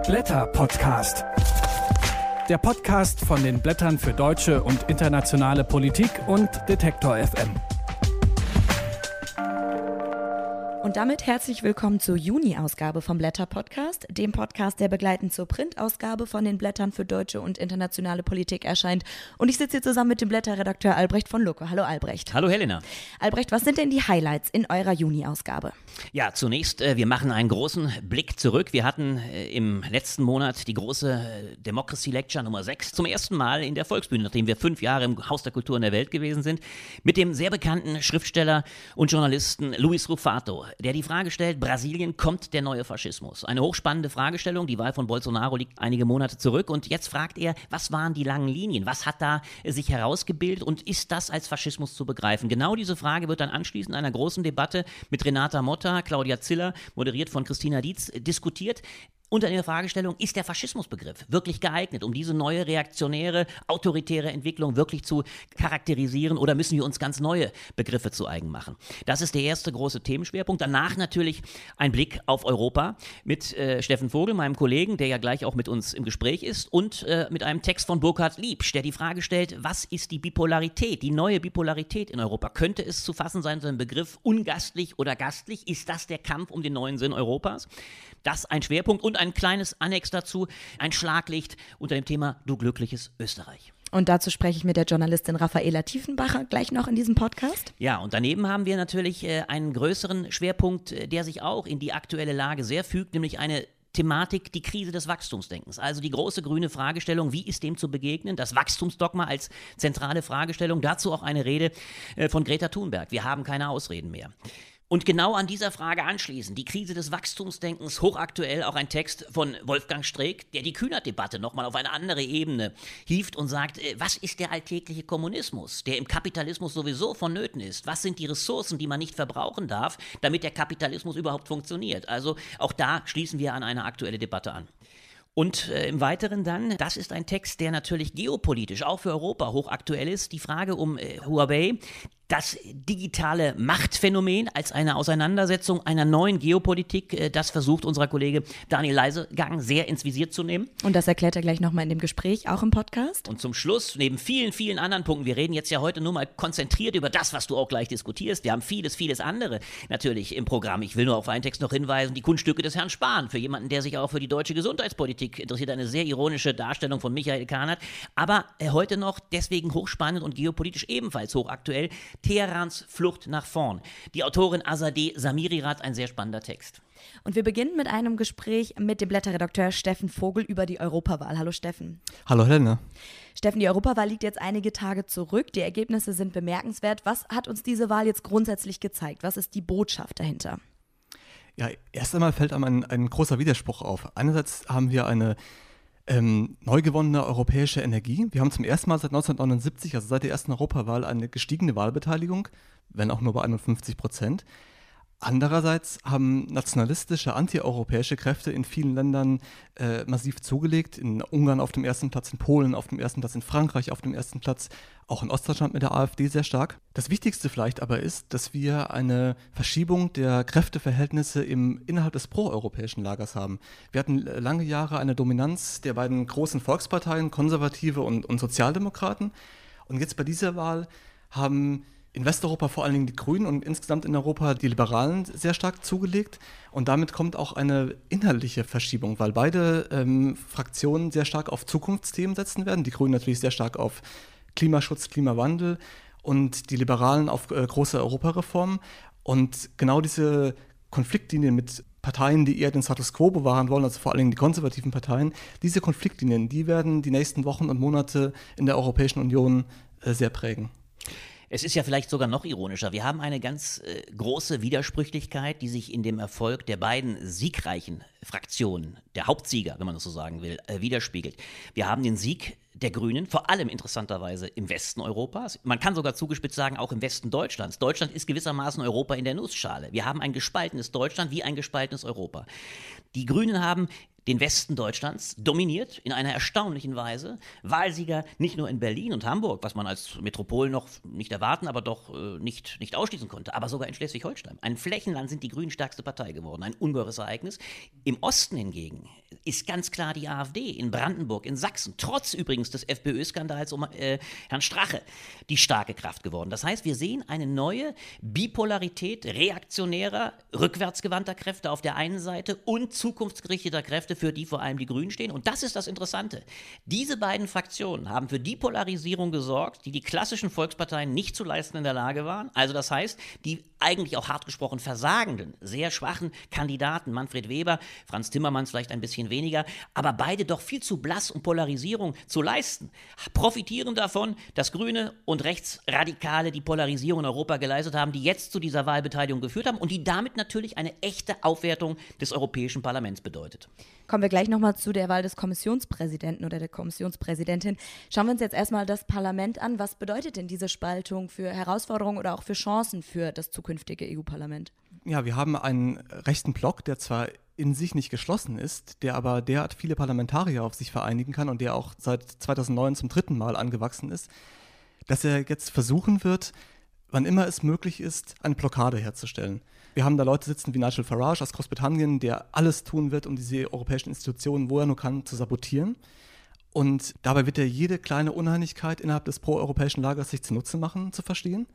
Blätter-Podcast. Der Podcast von den Blättern für deutsche und internationale Politik und Detektor FM. Und damit herzlich willkommen zur Juni-Ausgabe vom Blätter-Podcast, dem Podcast, der begleitend zur Printausgabe von den Blättern für deutsche und internationale Politik erscheint. Und ich sitze hier zusammen mit dem Blätterredakteur Albrecht von Lucke. Hallo Albrecht. Hallo Helena. Albrecht, was sind denn die Highlights in eurer Juni-Ausgabe? Ja, zunächst, wir machen einen großen Blick zurück. Wir hatten im letzten Monat die große Democracy Lecture Nummer 6 zum ersten Mal in der Volksbühne, nachdem wir 5 Jahre im Haus der Kultur in der Welt gewesen sind, mit dem sehr bekannten Schriftsteller und Journalisten Luis Rufato, der die Frage stellt, Brasilien, kommt der neue Faschismus? Eine hochspannende Fragestellung, die Wahl von Bolsonaro liegt einige Monate zurück und jetzt fragt er, was waren die langen Linien? Was hat da sich herausgebildet und ist das als Faschismus zu begreifen? Genau diese Frage wird dann anschließend einer großen Debatte mit Renata Motta, Claudia Ziller, moderiert von Christina Dietz, diskutiert. Unter der Fragestellung, ist der Faschismusbegriff wirklich geeignet, um diese neue reaktionäre, autoritäre Entwicklung wirklich zu charakterisieren oder müssen wir uns ganz neue Begriffe zu eigen machen? Das ist der erste große Themenschwerpunkt. Danach natürlich ein Blick auf Europa mit Steffen Vogel, meinem Kollegen, der ja gleich auch mit uns im Gespräch ist und mit einem Text von Burkhard Liebsch, der die Frage stellt, was ist die Bipolarität, die neue Bipolarität in Europa? Könnte es zu fassen sein, so ein Begriff ungastlich oder gastlich? Ist das der Kampf um den neuen Sinn Europas? Das ein Schwerpunkt und ein kleines Annex dazu, ein Schlaglicht unter dem Thema Du glückliches Österreich. Und dazu spreche ich mit der Journalistin Raffaela Tiefenbacher gleich noch in diesem Podcast. Ja, und daneben haben wir natürlich einen größeren Schwerpunkt, der sich auch in die aktuelle Lage sehr fügt, nämlich eine Thematik, die Krise des Wachstumsdenkens. Also die große grüne Fragestellung, wie ist dem zu begegnen? Das Wachstumsdogma als zentrale Fragestellung. Dazu auch eine Rede von Greta Thunberg. Wir haben keine Ausreden mehr. Und genau an dieser Frage anschließend, die Krise des Wachstumsdenkens, hochaktuell auch ein Text von Wolfgang Streeck, der die Kühnert-Debatte nochmal auf eine andere Ebene hieft und sagt, was ist der alltägliche Kommunismus, der im Kapitalismus sowieso vonnöten ist? Was sind die Ressourcen, die man nicht verbrauchen darf, damit der Kapitalismus überhaupt funktioniert? Also auch da schließen wir an eine aktuelle Debatte an. Und im Weiteren dann, das ist ein Text, der natürlich geopolitisch auch für Europa hochaktuell ist, die Frage um Huawei, das digitale Machtphänomen als eine Auseinandersetzung einer neuen Geopolitik, das versucht unser Kollege Daniel Leisegang sehr ins Visier zu nehmen. Und das erklärt er gleich nochmal in dem Gespräch, auch im Podcast. Und zum Schluss, neben vielen, vielen anderen Punkten, wir reden jetzt ja heute nur mal konzentriert über das, was du auch gleich diskutierst. Wir haben vieles andere natürlich im Programm. Ich will nur auf einen Text noch hinweisen, die Kunststücke des Herrn Spahn. Für jemanden, der sich auch für die deutsche Gesundheitspolitik interessiert, eine sehr ironische Darstellung von Michael Kahnert. Aber heute noch deswegen hochspannend und geopolitisch ebenfalls hochaktuell, Teherans Flucht nach vorn. Die Autorin Azadeh Samirirat, ein sehr spannender Text. Und wir beginnen mit einem Gespräch mit dem Blätterredakteur Steffen Vogel über die Europawahl. Hallo Steffen. Hallo Helena. Steffen, die Europawahl liegt jetzt einige Tage zurück. Die Ergebnisse sind bemerkenswert. Was hat uns diese Wahl jetzt grundsätzlich gezeigt? Was ist die Botschaft dahinter? Ja, erst einmal fällt einem ein großer Widerspruch auf. Einerseits haben wir eine neu gewonnene europäische Energie. Wir haben zum ersten Mal seit 1979, also seit der ersten Europawahl, eine gestiegene Wahlbeteiligung, wenn auch nur bei 51%. Andererseits haben nationalistische, antieuropäische Kräfte in vielen Ländern massiv zugelegt. In Ungarn auf dem ersten Platz, in Polen auf dem ersten Platz, in Frankreich auf dem ersten Platz, auch in Ostdeutschland mit der AfD sehr stark. Das Wichtigste vielleicht aber ist, dass wir eine Verschiebung der Kräfteverhältnisse innerhalb des proeuropäischen Lagers haben. Wir hatten lange Jahre eine Dominanz der beiden großen Volksparteien, Konservative und Sozialdemokraten. Und jetzt bei dieser Wahl haben in Westeuropa vor allen Dingen die Grünen und insgesamt in Europa die Liberalen sehr stark zugelegt. Und damit kommt auch eine inhaltliche Verschiebung, weil beide Fraktionen sehr stark auf Zukunftsthemen setzen werden. Die Grünen natürlich sehr stark auf Klimaschutz, Klimawandel und die Liberalen auf große Europareformen. Und genau diese Konfliktlinien mit Parteien, die eher den Status quo bewahren wollen, also vor allen Dingen die konservativen Parteien, diese Konfliktlinien, die werden die nächsten Wochen und Monate in der Europäischen Union sehr prägen. Es ist ja vielleicht sogar noch ironischer. Wir haben eine ganz große Widersprüchlichkeit, die sich in dem Erfolg der beiden siegreichen Fraktionen, der Hauptsieger, wenn man das so sagen will, widerspiegelt. Wir haben den Sieg der Grünen, vor allem interessanterweise im Westen Europas. Man kann sogar zugespitzt sagen, auch im Westen Deutschlands. Deutschland ist gewissermaßen Europa in der Nussschale. Wir haben ein gespaltenes Deutschland wie ein gespaltenes Europa. Die Grünen haben den Westen Deutschlands dominiert in einer erstaunlichen Weise. Wahlsieger nicht nur in Berlin und Hamburg, was man als Metropol noch nicht erwarten, aber doch nicht ausschließen konnte, aber sogar in Schleswig-Holstein. Ein Flächenland sind die Grünen stärkste Partei geworden, ein ungeheures Ereignis. Im Osten hingegen ist ganz klar die AfD in Brandenburg, in Sachsen, trotz übrigens des FPÖ-Skandals um Herrn Strache, die starke Kraft geworden. Das heißt, wir sehen eine neue Bipolarität reaktionärer, rückwärtsgewandter Kräfte auf der einen Seite und zukunftsgerichteter Kräfte, für die vor allem die Grünen stehen. Und das ist das Interessante. Diese beiden Fraktionen haben für die Polarisierung gesorgt, die die klassischen Volksparteien nicht zu leisten in der Lage waren. Also das heißt, die eigentlich auch hart gesprochen versagenden, sehr schwachen Kandidaten, Manfred Weber, Franz Timmermans vielleicht ein bisschen weniger, aber beide doch viel zu blass, um Polarisierung zu leisten, profitieren davon, dass Grüne und Rechtsradikale die Polarisierung in Europa geleistet haben, die jetzt zu dieser Wahlbeteiligung geführt haben und die damit natürlich eine echte Aufwertung des Europäischen Parlaments bedeutet. Kommen wir gleich nochmal zu der Wahl des Kommissionspräsidenten oder der Kommissionspräsidentin. Schauen wir uns jetzt erstmal das Parlament an. Was bedeutet denn diese Spaltung für Herausforderungen oder auch für Chancen für das zukünftige EU-Parlament? Ja, wir haben einen rechten Block, der zwar in sich nicht geschlossen ist, der aber derart viele Parlamentarier auf sich vereinigen kann und der auch seit 2009 zum 3. Mal angewachsen ist, dass er jetzt versuchen wird, wann immer es möglich ist, eine Blockade herzustellen. Wir haben da Leute sitzen wie Nigel Farage aus Großbritannien, der alles tun wird, um diese europäischen Institutionen, wo er nur kann, zu sabotieren. Und dabei wird er jede kleine Uneinigkeit innerhalb des proeuropäischen Lagers sich zunutze machen, zu verstehen.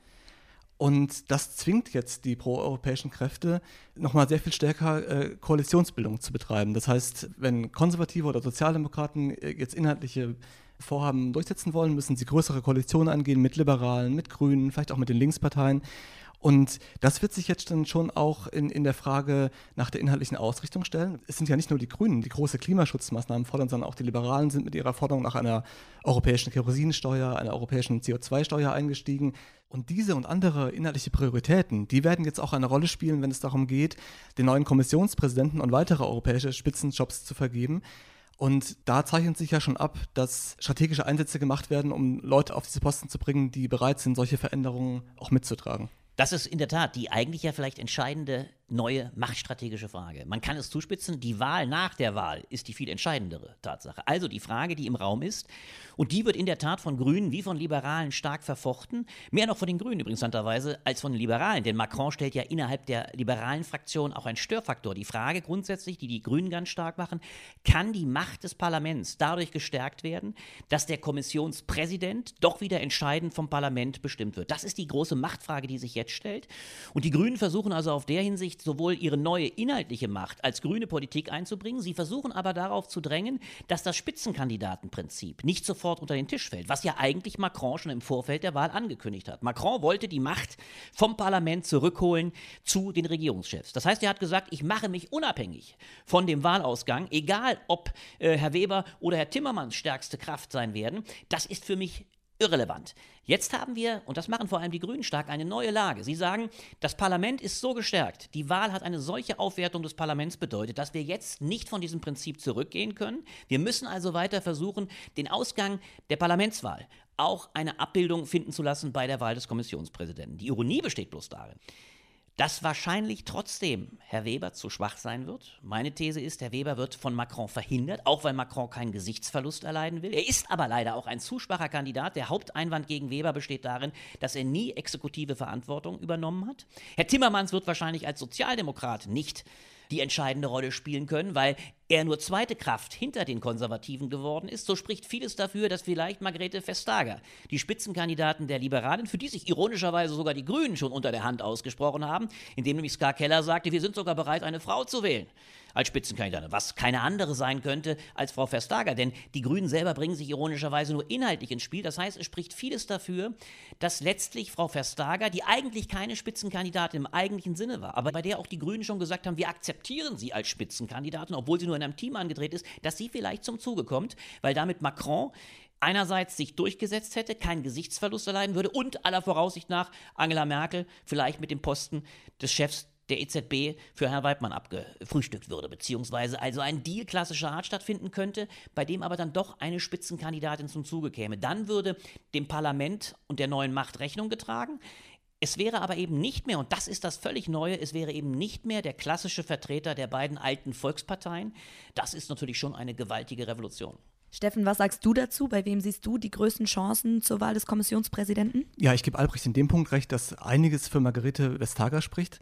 Und das zwingt jetzt die proeuropäischen Kräfte, nochmal sehr viel stärker Koalitionsbildung zu betreiben. Das heißt, wenn Konservative oder Sozialdemokraten jetzt inhaltliche Vorhaben durchsetzen wollen, müssen sie größere Koalitionen eingehen mit Liberalen, mit Grünen, vielleicht auch mit den Linksparteien. Und das wird sich jetzt dann schon auch in der Frage nach der inhaltlichen Ausrichtung stellen. Es sind ja nicht nur die Grünen, die große Klimaschutzmaßnahmen fordern, sondern auch die Liberalen sind mit ihrer Forderung nach einer europäischen Kerosinsteuer, einer europäischen CO2-Steuer eingestiegen. Und diese und andere inhaltliche Prioritäten, die werden jetzt auch eine Rolle spielen, wenn es darum geht, den neuen Kommissionspräsidenten und weitere europäische Spitzenjobs zu vergeben. Und da zeichnet sich ja schon ab, dass strategische Einsätze gemacht werden, um Leute auf diese Posten zu bringen, die bereit sind, solche Veränderungen auch mitzutragen. Das ist in der Tat die eigentlich ja vielleicht entscheidende neue machtstrategische Frage. Man kann es zuspitzen, die Wahl nach der Wahl ist die viel entscheidendere Tatsache. Also die Frage, die im Raum ist, und die wird in der Tat von Grünen wie von Liberalen stark verfochten, mehr noch von den Grünen übrigens interessanterweise als von den Liberalen, denn Macron stellt ja innerhalb der liberalen Fraktion auch einen Störfaktor. Die Frage grundsätzlich, die Grünen ganz stark machen, kann die Macht des Parlaments dadurch gestärkt werden, dass der Kommissionspräsident doch wieder entscheidend vom Parlament bestimmt wird? Das ist die große Machtfrage, die sich jetzt stellt. Und die Grünen versuchen also auf der Hinsicht sowohl ihre neue inhaltliche Macht als grüne Politik einzubringen, sie versuchen aber darauf zu drängen, dass das Spitzenkandidatenprinzip nicht sofort unter den Tisch fällt, was ja eigentlich Macron schon im Vorfeld der Wahl angekündigt hat. Macron wollte die Macht vom Parlament zurückholen zu den Regierungschefs. Das heißt, er hat gesagt, ich mache mich unabhängig von dem Wahlausgang, egal ob Herr Weber oder Herr Timmermans stärkste Kraft sein werden, das ist für mich irrelevant. Jetzt haben wir, und das machen vor allem die Grünen stark, eine neue Lage. Sie sagen, das Parlament ist so gestärkt, die Wahl hat eine solche Aufwertung des Parlaments bedeutet, dass wir jetzt nicht von diesem Prinzip zurückgehen können. Wir müssen also weiter versuchen, den Ausgang der Parlamentswahl auch eine Abbildung finden zu lassen bei der Wahl des Kommissionspräsidenten. Die Ironie besteht bloß darin, dass wahrscheinlich trotzdem Herr Weber zu schwach sein wird. Meine These ist, Herr Weber wird von Macron verhindert, auch weil Macron keinen Gesichtsverlust erleiden will. Er ist aber leider auch ein zu schwacher Kandidat. Der Haupteinwand gegen Weber besteht darin, dass er nie exekutive Verantwortung übernommen hat. Herr Timmermans wird wahrscheinlich als Sozialdemokrat nicht die entscheidende Rolle spielen können, weil er nur zweite Kraft hinter den Konservativen geworden ist. So spricht vieles dafür, dass vielleicht Margrethe Vestager, die Spitzenkandidatin der Liberalen, für die sich ironischerweise sogar die Grünen schon unter der Hand ausgesprochen haben, indem nämlich Ska Keller sagte, wir sind sogar bereit, eine Frau zu wählen als Spitzenkandidatin, was keine andere sein könnte als Frau Vestager, denn die Grünen selber bringen sich ironischerweise nur inhaltlich ins Spiel. Das heißt, es spricht vieles dafür, dass letztlich Frau Vestager, die eigentlich keine Spitzenkandidatin im eigentlichen Sinne war, aber bei der auch die Grünen schon gesagt haben, wir akzeptieren sie als Spitzenkandidatin, obwohl sie nur in einem Team angetreten ist, dass sie vielleicht zum Zuge kommt, weil damit Macron einerseits sich durchgesetzt hätte, keinen Gesichtsverlust erleiden würde und aller Voraussicht nach Angela Merkel vielleicht mit dem Posten des Chefs der EZB für Herrn Weidmann abgefrühstückt würde, beziehungsweise also ein Deal klassischer Art stattfinden könnte, bei dem aber dann doch eine Spitzenkandidatin zum Zuge käme. Dann würde dem Parlament und der neuen Macht Rechnung getragen. Es wäre aber eben nicht mehr, und das ist das völlig Neue, es wäre eben nicht mehr der klassische Vertreter der beiden alten Volksparteien. Das ist natürlich schon eine gewaltige Revolution. Steffen, was sagst du dazu? Bei wem siehst du die größten Chancen zur Wahl des Kommissionspräsidenten? Ja, ich gebe Albrecht in dem Punkt recht, dass einiges für Margrethe Vestager spricht.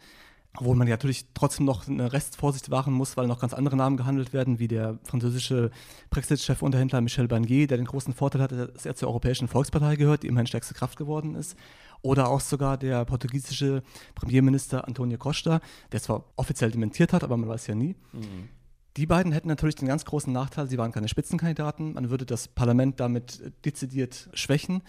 Obwohl man ja natürlich trotzdem noch eine Restvorsicht wahren muss, weil noch ganz andere Namen gehandelt werden, wie der französische Brexit-Chefunterhändler Michel Barnier, der den großen Vorteil hatte, dass er zur Europäischen Volkspartei gehört, die immerhin stärkste Kraft geworden ist. Oder auch sogar der portugiesische Premierminister António Costa, der zwar offiziell dementiert hat, aber man weiß ja nie. Mhm. Die beiden hätten natürlich den ganz großen Nachteil, sie waren keine Spitzenkandidaten, man würde das Parlament damit dezidiert schwächen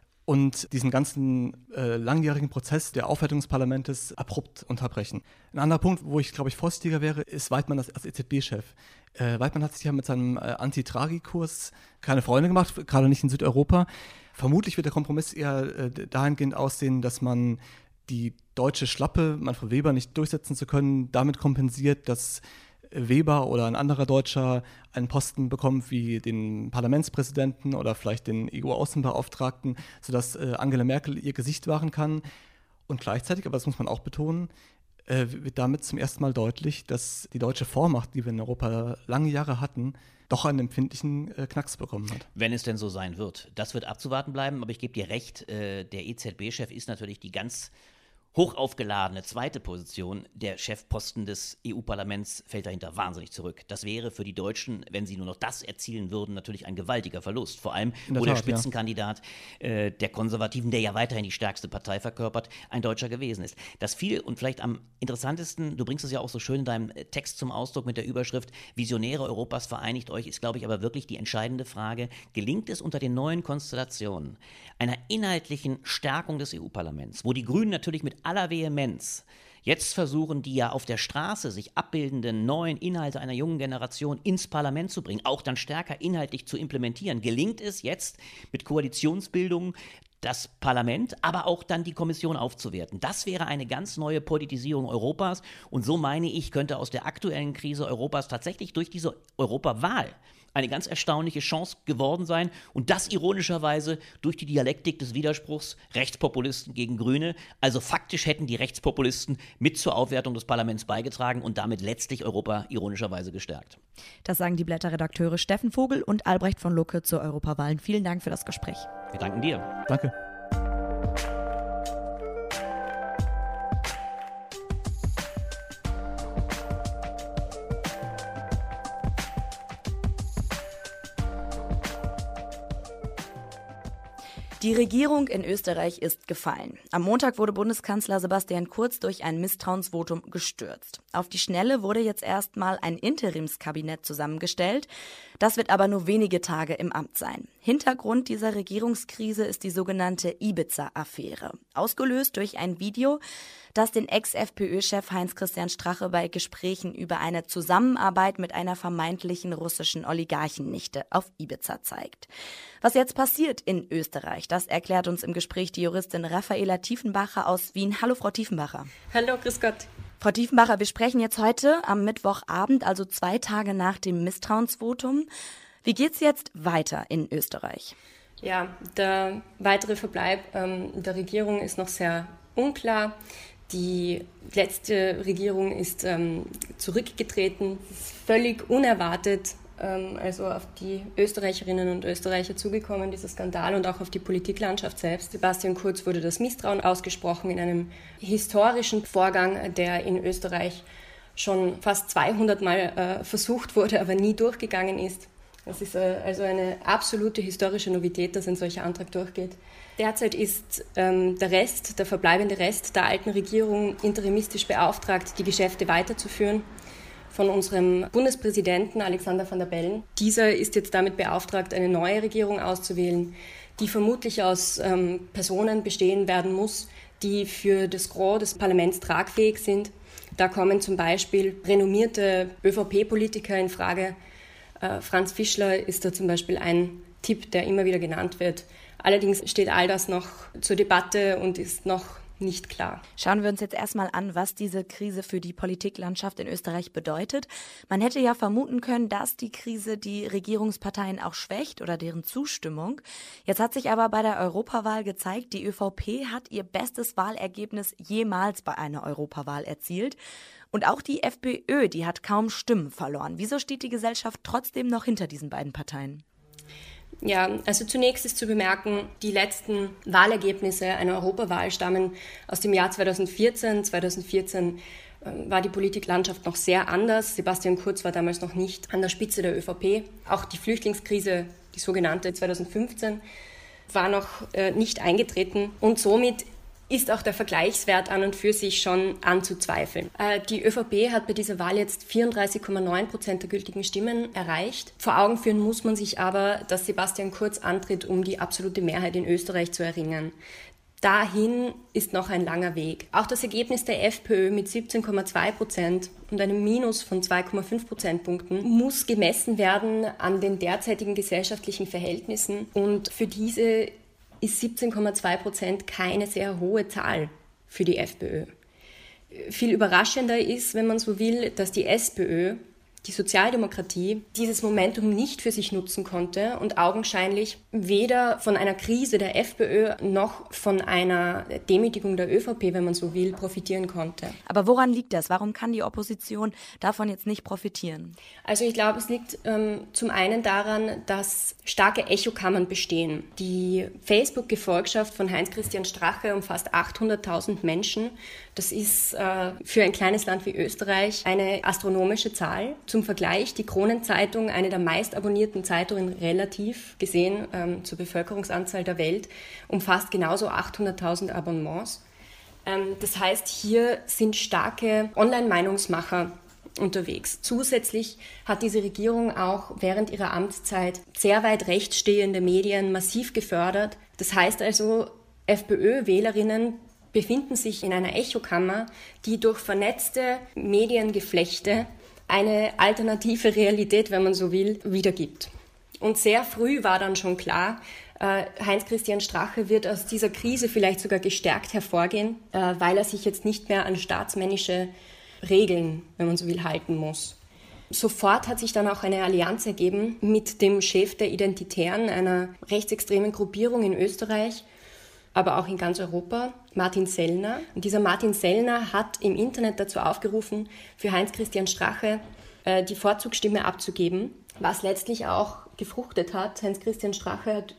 und diesen ganzen langjährigen Prozess der Aufwertung des Parlaments abrupt unterbrechen. Ein anderer Punkt, wo ich, glaube ich, vorsichtiger wäre, ist Weidmann als EZB-Chef. Weidmann hat sich ja mit seinem Anti-Draghi-Kurs keine Freunde gemacht, gerade nicht in Südeuropa. Vermutlich wird der Kompromiss eher dahingehend aussehen, dass man die deutsche Schlappe, Manfred Weber nicht durchsetzen zu können, damit kompensiert, dass Weber oder ein anderer Deutscher einen Posten bekommt wie den Parlamentspräsidenten oder vielleicht den EU-Außenbeauftragten, sodass Angela Merkel ihr Gesicht wahren kann. Und gleichzeitig, aber das muss man auch betonen, wird damit zum ersten Mal deutlich, dass die deutsche Vormacht, die wir in Europa lange Jahre hatten, doch einen empfindlichen Knacks bekommen hat. Wenn es denn so sein wird. Das wird abzuwarten bleiben, aber ich gebe dir recht, der EZB-Chef ist natürlich die ganz hochaufgeladene zweite Position. Der Chefposten des EU-Parlaments fällt dahinter wahnsinnig zurück. Das wäre für die Deutschen, wenn sie nur noch das erzielen würden, natürlich ein gewaltiger Verlust. Vor allem, wo der Spitzenkandidat der Konservativen, der ja weiterhin die stärkste Partei verkörpert, ein Deutscher gewesen ist. Das viel und vielleicht am interessantesten, du bringst es ja auch so schön in deinem Text zum Ausdruck mit der Überschrift Visionäre Europas vereinigt euch, ist, glaube ich, aber wirklich die entscheidende Frage. Gelingt es unter den neuen Konstellationen einer inhaltlichen Stärkung des EU-Parlaments, wo die Grünen natürlich mit aller Vehemenz jetzt versuchen, die ja auf der Straße sich abbildenden neuen Inhalte einer jungen Generation ins Parlament zu bringen, auch dann stärker inhaltlich zu implementieren. Gelingt es jetzt mit Koalitionsbildungen, das Parlament, aber auch dann die Kommission aufzuwerten? Das wäre eine ganz neue Politisierung Europas und so meine ich, könnte aus der aktuellen Krise Europas tatsächlich durch diese Europawahl eine ganz erstaunliche Chance geworden sein und das ironischerweise durch die Dialektik des Widerspruchs Rechtspopulisten gegen Grüne. Also faktisch hätten die Rechtspopulisten mit zur Aufwertung des Parlaments beigetragen und damit letztlich Europa ironischerweise gestärkt. Das sagen die Blätterredakteure Steffen Vogel und Albrecht von Lucke zur Europawahlen. Vielen Dank für das Gespräch. Wir danken dir. Danke. Die Regierung in Österreich ist gefallen. Am Montag wurde Bundeskanzler Sebastian Kurz durch ein Misstrauensvotum gestürzt. Auf die Schnelle wurde jetzt erstmal ein Interimskabinett zusammengestellt. Das wird aber nur wenige Tage im Amt sein. Hintergrund dieser Regierungskrise ist die sogenannte Ibiza-Affäre. Ausgelöst durch ein Video, das den Ex-FPÖ-Chef Heinz-Christian Strache bei Gesprächen über eine Zusammenarbeit mit einer vermeintlichen russischen Oligarchennichte auf Ibiza zeigt. Was jetzt passiert in Österreich, das erklärt uns im Gespräch die Juristin Raffaela Tiefenbacher aus Wien. Hallo, Frau Tiefenbacher. Hallo, grüß Gott. Frau Tiefenbacher, wir sprechen jetzt heute am Mittwochabend, also 2 Tage nach dem Misstrauensvotum. Wie geht's jetzt weiter in Österreich? Ja, der weitere Verbleib der Regierung ist noch sehr unklar. Die letzte Regierung ist zurückgetreten, völlig unerwartet, also auf die Österreicherinnen und Österreicher zugekommen, dieser Skandal, und auch auf die Politiklandschaft selbst. Sebastian Kurz wurde das Misstrauen ausgesprochen in einem historischen Vorgang, der in Österreich schon fast 200 Mal versucht wurde, aber nie durchgegangen ist. Das ist also eine absolute historische Novität, dass ein solcher Antrag durchgeht. Derzeit ist der verbleibende Rest der alten Regierung interimistisch beauftragt, die Geschäfte weiterzuführen, von unserem Bundespräsidenten Alexander Van der Bellen. Dieser ist jetzt damit beauftragt, eine neue Regierung auszuwählen, die vermutlich aus Personen bestehen werden muss, die für das Gros des Parlaments tragfähig sind. Da kommen zum Beispiel renommierte ÖVP-Politiker in Frage. Franz Fischler ist da zum Beispiel ein Tipp, der immer wieder genannt wird. Allerdings steht all das noch zur Debatte und ist noch nicht klar. Schauen wir uns jetzt erstmal an, was diese Krise für die Politiklandschaft in Österreich bedeutet. Man hätte ja vermuten können, dass die Krise die Regierungsparteien auch schwächt oder deren Zustimmung. Jetzt hat sich aber bei der Europawahl gezeigt, die ÖVP hat ihr bestes Wahlergebnis jemals bei einer Europawahl erzielt. Und auch die FPÖ, die hat kaum Stimmen verloren. Wieso steht die Gesellschaft trotzdem noch hinter diesen beiden Parteien? Ja, also zunächst ist zu bemerken, die letzten Wahlergebnisse einer Europawahl stammen aus dem Jahr 2014. 2014 war die Politiklandschaft noch sehr anders. Sebastian Kurz war damals noch nicht an der Spitze der ÖVP. Auch die Flüchtlingskrise, die sogenannte 2015, war noch nicht eingetreten. Und somit ist auch der Vergleichswert an und für sich schon anzuzweifeln. Die ÖVP hat bei dieser Wahl jetzt 34,9% der gültigen Stimmen erreicht. Vor Augen führen muss man sich aber, dass Sebastian Kurz antritt, um die absolute Mehrheit in Österreich zu erringen. Dahin ist noch ein langer Weg. Auch das Ergebnis der FPÖ mit 17,2% und einem Minus von 2,5 Prozentpunkten muss gemessen werden an den derzeitigen gesellschaftlichen Verhältnissen. Und für diese ist 17,2% keine sehr hohe Zahl für die FPÖ. Viel überraschender ist, wenn man so will, dass die SPÖ, die Sozialdemokratie, dieses Momentum nicht für sich nutzen konnte und augenscheinlich weder von einer Krise der FPÖ noch von einer Demütigung der ÖVP, wenn man so will, profitieren konnte. Aber woran liegt das? Warum kann die Opposition davon jetzt nicht profitieren? Also ich glaube, es liegt zum einen daran, dass starke Echokammern bestehen. Die Facebook-Gefolgschaft von Heinz-Christian Strache umfasst 800.000 Menschen. Das ist für ein kleines Land wie Österreich eine astronomische Zahl. Zum Vergleich, die Kronenzeitung, eine der meist abonnierten Zeitungen relativ gesehen zur Bevölkerungsanzahl der Welt, umfasst genauso 800.000 Abonnements. Das heißt, hier sind starke Online-Meinungsmacher unterwegs. Zusätzlich hat diese Regierung auch während ihrer Amtszeit sehr weit rechts stehende Medien massiv gefördert. Das heißt also, FPÖ-Wählerinnen befinden sich in einer Echokammer, die durch vernetzte Mediengeflechte eine alternative Realität, wenn man so will, wiedergibt. Und sehr früh war dann schon klar, Heinz-Christian Strache wird aus dieser Krise vielleicht sogar gestärkt hervorgehen, weil er sich jetzt nicht mehr an staatsmännische Regeln, wenn man so will, halten muss. Sofort hat sich dann auch eine Allianz ergeben mit dem Chef der Identitären, einer rechtsextremen Gruppierung in Österreich, aber auch in ganz Europa, Martin Sellner. Und dieser Martin Sellner hat im Internet dazu aufgerufen, für Heinz-Christian Strache die Vorzugsstimme abzugeben, was letztlich auch gefruchtet hat. Heinz-Christian Strache hat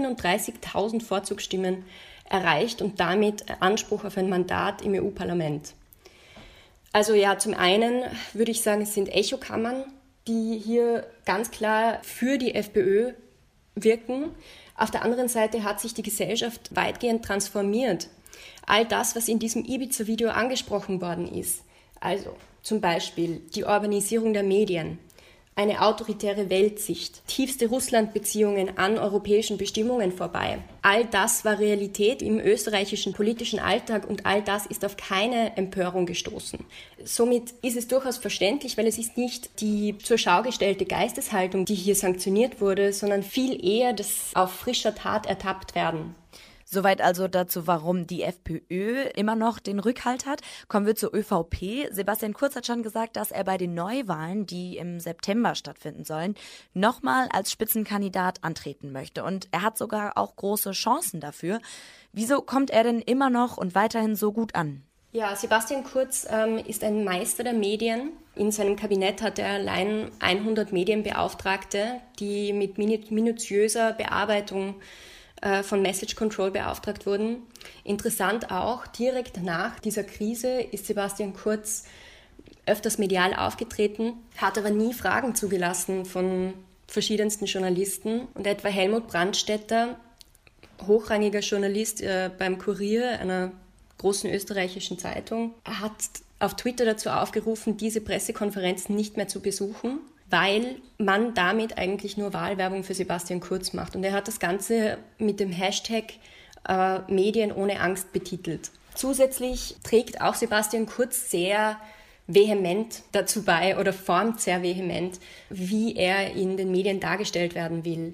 37.000 Vorzugsstimmen erreicht und damit Anspruch auf ein Mandat im EU-Parlament. Also ja, zum einen würde ich sagen, es sind Echokammern, die hier ganz klar für die FPÖ wirken. Auf der anderen Seite hat sich die Gesellschaft weitgehend transformiert. All das, was in diesem Ibiza-Video angesprochen worden ist, also zum Beispiel die Urbanisierung der Medien, eine autoritäre Weltsicht, tiefste Russland-Beziehungen an europäischen Bestimmungen vorbei. All das war Realität im österreichischen politischen Alltag und all das ist auf keine Empörung gestoßen. Somit ist es durchaus verständlich, weil es ist nicht die zur Schau gestellte Geisteshaltung, die hier sanktioniert wurde, sondern viel eher das auf frischer Tat ertappt werden. Soweit also dazu, warum die FPÖ immer noch den Rückhalt hat. Kommen wir zur ÖVP. Sebastian Kurz hat schon gesagt, dass er bei den Neuwahlen, die im September stattfinden sollen, nochmal als Spitzenkandidat antreten möchte. Und er hat sogar auch große Chancen dafür. Wieso kommt er denn immer noch und weiterhin so gut an? Ja, Sebastian Kurz ist ein Meister der Medien. In seinem Kabinett hat er allein 100 Medienbeauftragte, die mit minutiöser Bearbeitung von Message Control beauftragt wurden. Interessant auch, direkt nach dieser Krise ist Sebastian Kurz öfters medial aufgetreten, hat aber nie Fragen zugelassen von verschiedensten Journalisten. Und etwa Helmut Brandstätter, hochrangiger Journalist beim Kurier, einer großen österreichischen Zeitung, hat auf Twitter dazu aufgerufen, diese Pressekonferenzen nicht mehr zu besuchen, weil man damit eigentlich nur Wahlwerbung für Sebastian Kurz macht. Und er hat das Ganze mit dem Hashtag Medien ohne Angst betitelt. Zusätzlich trägt auch Sebastian Kurz sehr vehement dazu bei oder formt sehr vehement, wie er in den Medien dargestellt werden will.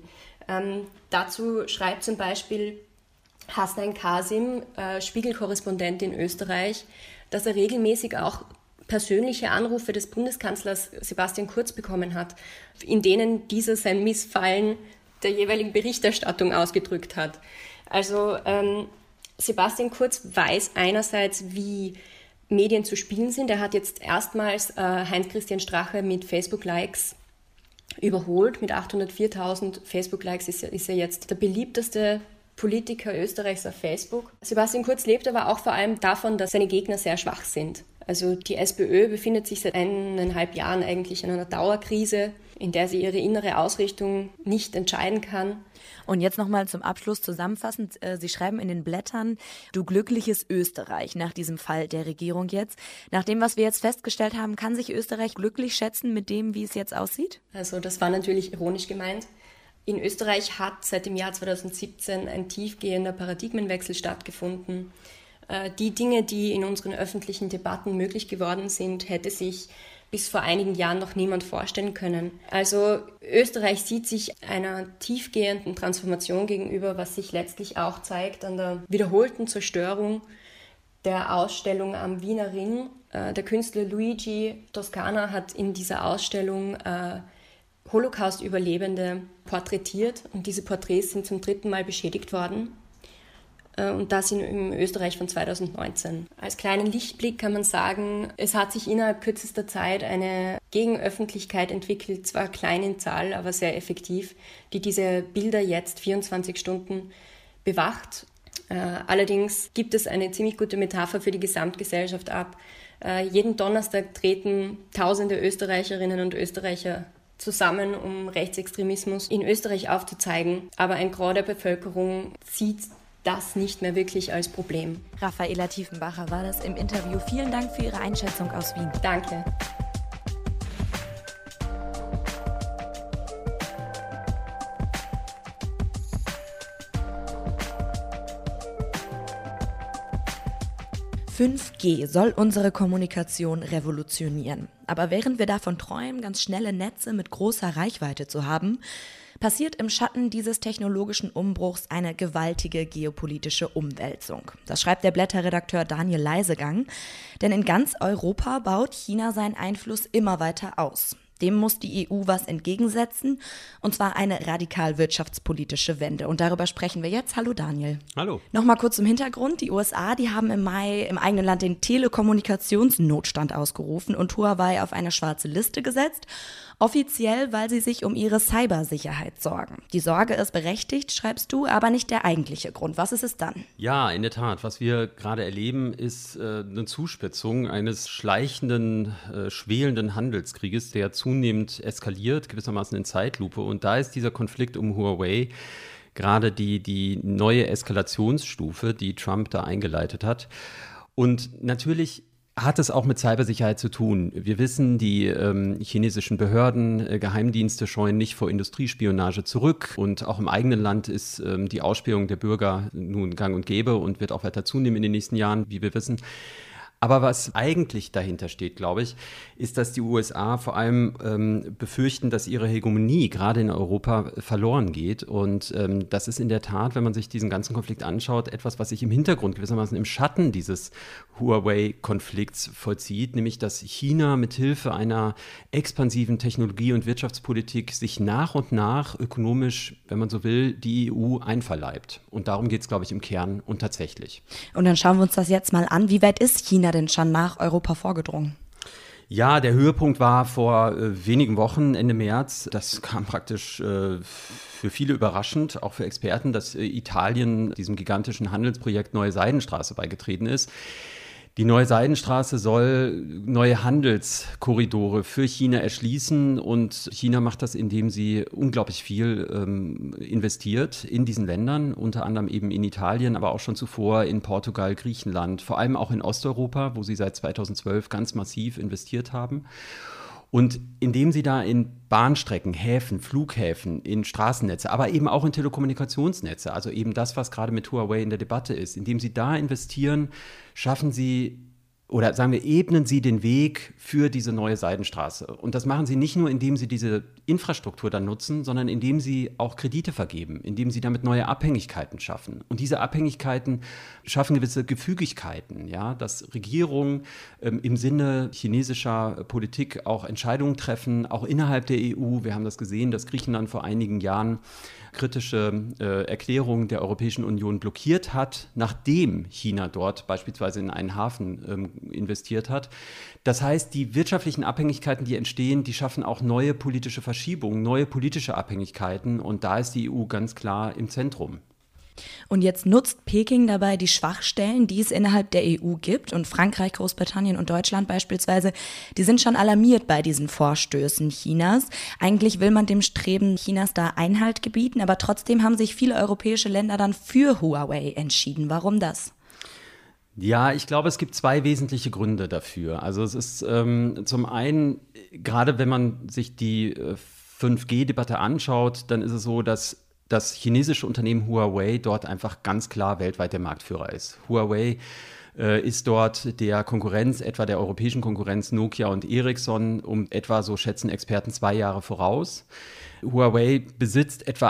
Dazu schreibt zum Beispiel Hasnain Kasim, Spiegel-Korrespondent in Österreich, dass er regelmäßig auch persönliche Anrufe des Bundeskanzlers Sebastian Kurz bekommen hat, in denen dieser sein Missfallen der jeweiligen Berichterstattung ausgedrückt hat. Also Sebastian Kurz weiß einerseits, wie Medien zu spielen sind. Er hat jetzt erstmals Heinz-Christian Strache mit Facebook-Likes überholt. Mit 804.000 Facebook-Likes ist er jetzt der beliebteste Politiker Österreichs auf Facebook. Sebastian Kurz lebt aber auch vor allem davon, dass seine Gegner sehr schwach sind. Also die SPÖ befindet sich seit 1,5 Jahren eigentlich in einer Dauerkrise, in der sie ihre innere Ausrichtung nicht entscheiden kann. Und jetzt nochmal zum Abschluss zusammenfassend. Sie schreiben in den Blättern, du glückliches Österreich nach diesem Fall der Regierung jetzt. Nach dem, was wir jetzt festgestellt haben, kann sich Österreich glücklich schätzen mit dem, wie es jetzt aussieht? Also das war natürlich ironisch gemeint. In Österreich hat seit dem Jahr 2017 ein tiefgehender Paradigmenwechsel stattgefunden. Die Dinge, die in unseren öffentlichen Debatten möglich geworden sind, hätte sich bis vor einigen Jahren noch niemand vorstellen können. Also Österreich sieht sich einer tiefgehenden Transformation gegenüber, was sich letztlich auch zeigt an der wiederholten Zerstörung der Ausstellung am Wiener Ring. Der Künstler Luigi Toscana hat in dieser Ausstellung Holocaust-Überlebende porträtiert und diese Porträts sind zum 3. Mal beschädigt worden. Und das in Österreich von 2019. Als kleinen Lichtblick kann man sagen, es hat sich innerhalb kürzester Zeit eine Gegenöffentlichkeit entwickelt, zwar klein in Zahl, aber sehr effektiv, die diese Bilder jetzt 24 Stunden bewacht. Allerdings gibt es eine ziemlich gute Metapher für die Gesamtgesellschaft ab. Jeden Donnerstag treten tausende Österreicherinnen und Österreicher zusammen, um Rechtsextremismus in Österreich aufzuzeigen. Aber ein Gros der Bevölkerung sieht das nicht mehr wirklich als Problem. Raffaela Tiefenbacher war das im Interview. Vielen Dank für Ihre Einschätzung aus Wien. Danke. »5G soll unsere Kommunikation revolutionieren. Aber während wir davon träumen, ganz schnelle Netze mit großer Reichweite zu haben, passiert im Schatten dieses technologischen Umbruchs eine gewaltige geopolitische Umwälzung. Das schreibt der Blätterredakteur Daniel Leisegang. Denn in ganz Europa baut China seinen Einfluss immer weiter aus. Dem muss die EU was entgegensetzen, und zwar eine radikal wirtschaftspolitische Wende. Und darüber sprechen wir jetzt. Hallo Daniel. Hallo. Nochmal kurz zum Hintergrund. Die USA, die haben im Mai im eigenen Land den Telekommunikationsnotstand ausgerufen und Huawei auf eine schwarze Liste gesetzt. Offiziell, weil sie sich um ihre Cybersicherheit sorgen. Die Sorge ist berechtigt, schreibst du, aber nicht der eigentliche Grund. Was ist es dann? Ja, in der Tat. Was wir gerade erleben, ist eine Zuspitzung eines schleichenden, schwelenden Handelskrieges, der zunehmend eskaliert, gewissermaßen in Zeitlupe. Und da ist dieser Konflikt um Huawei gerade die neue Eskalationsstufe, die Trump da eingeleitet hat. Und natürlich hat es auch mit Cybersicherheit zu tun. Wir wissen, die chinesischen Behörden, Geheimdienste scheuen nicht vor Industriespionage zurück. Und auch im eigenen Land ist die Ausspähung der Bürger nun gang und gäbe und wird auch weiter zunehmen in den nächsten Jahren, wie wir wissen. Aber was eigentlich dahinter steht, glaube ich, ist, dass die USA vor allem befürchten, dass ihre Hegemonie gerade in Europa verloren geht. Und das ist in der Tat, wenn man sich diesen ganzen Konflikt anschaut, etwas, was sich im Hintergrund gewissermaßen im Schatten dieses Huawei-Konflikts vollzieht, nämlich dass China mithilfe einer expansiven Technologie- und Wirtschaftspolitik sich nach und nach ökonomisch, wenn man so will, die EU einverleibt. Und darum geht es, glaube ich, im Kern und tatsächlich. Und dann schauen wir uns das jetzt mal an. Wie weit ist China denn schon nach Europa vorgedrungen? Ja, der Höhepunkt war vor wenigen Wochen, Ende März. Das kam praktisch für viele überraschend, auch für Experten, dass Italien diesem gigantischen Handelsprojekt Neue Seidenstraße beigetreten ist. Die Neue Seidenstraße soll neue Handelskorridore für China erschließen und China macht das, indem sie unglaublich viel investiert in diesen Ländern, unter anderem eben in Italien, aber auch schon zuvor in Portugal, Griechenland, vor allem auch in Osteuropa, wo sie seit 2012 ganz massiv investiert haben. Und indem sie da in Bahnstrecken, Häfen, Flughäfen, in Straßennetze, aber eben auch in Telekommunikationsnetze, also eben das, was gerade mit Huawei in der Debatte ist, indem sie da investieren, schaffen sie oder sagen wir, ebnen sie den Weg für diese neue Seidenstraße. Und das machen sie nicht nur, indem sie diese Infrastruktur dann nutzen, sondern indem sie auch Kredite vergeben, indem sie damit neue Abhängigkeiten schaffen. Und diese Abhängigkeiten schaffen gewisse Gefügigkeiten, ja, dass Regierungen im Sinne chinesischer Politik auch Entscheidungen treffen, auch innerhalb der EU. Wir haben das gesehen, dass Griechenland vor einigen Jahren kritische Erklärungen der Europäischen Union blockiert hat, nachdem China dort beispielsweise in einen Hafen investiert hat. Das heißt, die wirtschaftlichen Abhängigkeiten, die entstehen, die schaffen auch neue politische Verschiebungen, neue politische Abhängigkeiten und da ist die EU ganz klar im Zentrum. Und jetzt nutzt Peking dabei die Schwachstellen, die es innerhalb der EU gibt. Und Frankreich, Großbritannien und Deutschland beispielsweise, die sind schon alarmiert bei diesen Vorstößen Chinas. Eigentlich will man dem Streben Chinas da Einhalt gebieten, aber trotzdem haben sich viele europäische Länder dann für Huawei entschieden. Warum das? Ja, ich glaube, es gibt zwei wesentliche Gründe dafür. Also es ist zum einen, gerade wenn man sich die 5G-Debatte anschaut, dann ist es so, dass das chinesische Unternehmen Huawei dort einfach ganz klar weltweit der Marktführer ist. Huawei ist dort der Konkurrenz, etwa der europäischen Konkurrenz Nokia und Ericsson, um etwa, so schätzen Experten, 2 Jahre voraus. Huawei besitzt etwa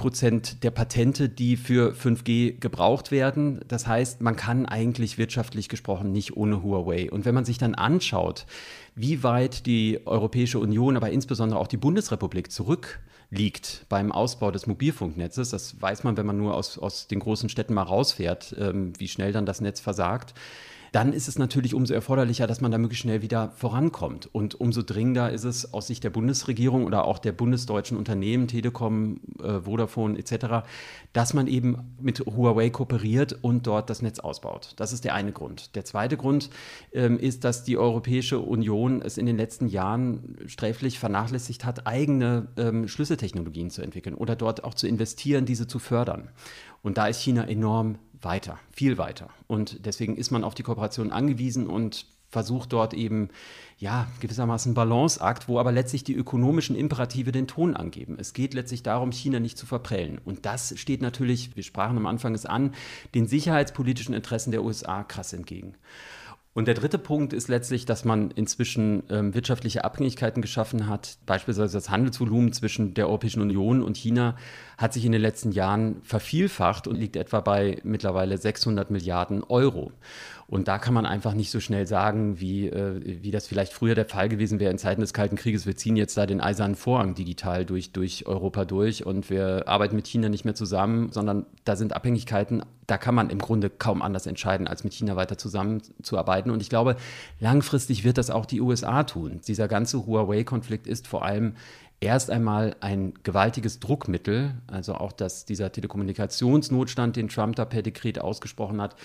80% der Patente, die für 5G gebraucht werden. Das heißt, man kann eigentlich wirtschaftlich gesprochen nicht ohne Huawei. Und wenn man sich dann anschaut, wie weit die Europäische Union, aber insbesondere auch die Bundesrepublik zurückliegt beim Ausbau des Mobilfunknetzes, das weiß man, wenn man nur aus den großen Städten mal rausfährt, wie schnell dann das Netz versagt, dann ist es natürlich umso erforderlicher, dass man da möglichst schnell wieder vorankommt. Und umso dringender ist es aus Sicht der Bundesregierung oder auch der bundesdeutschen Unternehmen, Telekom, Vodafone etc., dass man eben mit Huawei kooperiert und dort das Netz ausbaut. Das ist der eine Grund. Der zweite Grund ist, dass die Europäische Union es in den letzten Jahren sträflich vernachlässigt hat, eigene Schlüsseltechnologien zu entwickeln oder dort auch zu investieren, diese zu fördern. Und da ist China enorm weiter, viel weiter. Und deswegen ist man auf die Kooperation angewiesen und versucht dort eben, ja, gewissermaßen Balanceakt, wo aber letztlich die ökonomischen Imperative den Ton angeben. Es geht letztlich darum, China nicht zu verprellen. Und das steht natürlich, wir sprachen am Anfang es an, den sicherheitspolitischen Interessen der USA krass entgegen. Und der dritte Punkt ist letztlich, dass man inzwischen wirtschaftliche Abhängigkeiten geschaffen hat. Beispielsweise das Handelsvolumen zwischen der Europäischen Union und China hat sich in den letzten Jahren vervielfacht und liegt etwa bei mittlerweile 600 Milliarden Euro. Und da kann man einfach nicht so schnell sagen, wie das vielleicht früher der Fall gewesen wäre in Zeiten des Kalten Krieges. Wir ziehen jetzt da den eisernen Vorhang digital durch Europa durch und wir arbeiten mit China nicht mehr zusammen, sondern da sind Abhängigkeiten, da kann man im Grunde kaum anders entscheiden, als mit China weiter zusammenzuarbeiten. Und ich glaube, langfristig wird das auch die USA tun. Dieser ganze Huawei-Konflikt ist vor allem erst einmal ein gewaltiges Druckmittel, also auch dieser Telekommunikationsnotstand, den Trump da per Dekret ausgesprochen hat,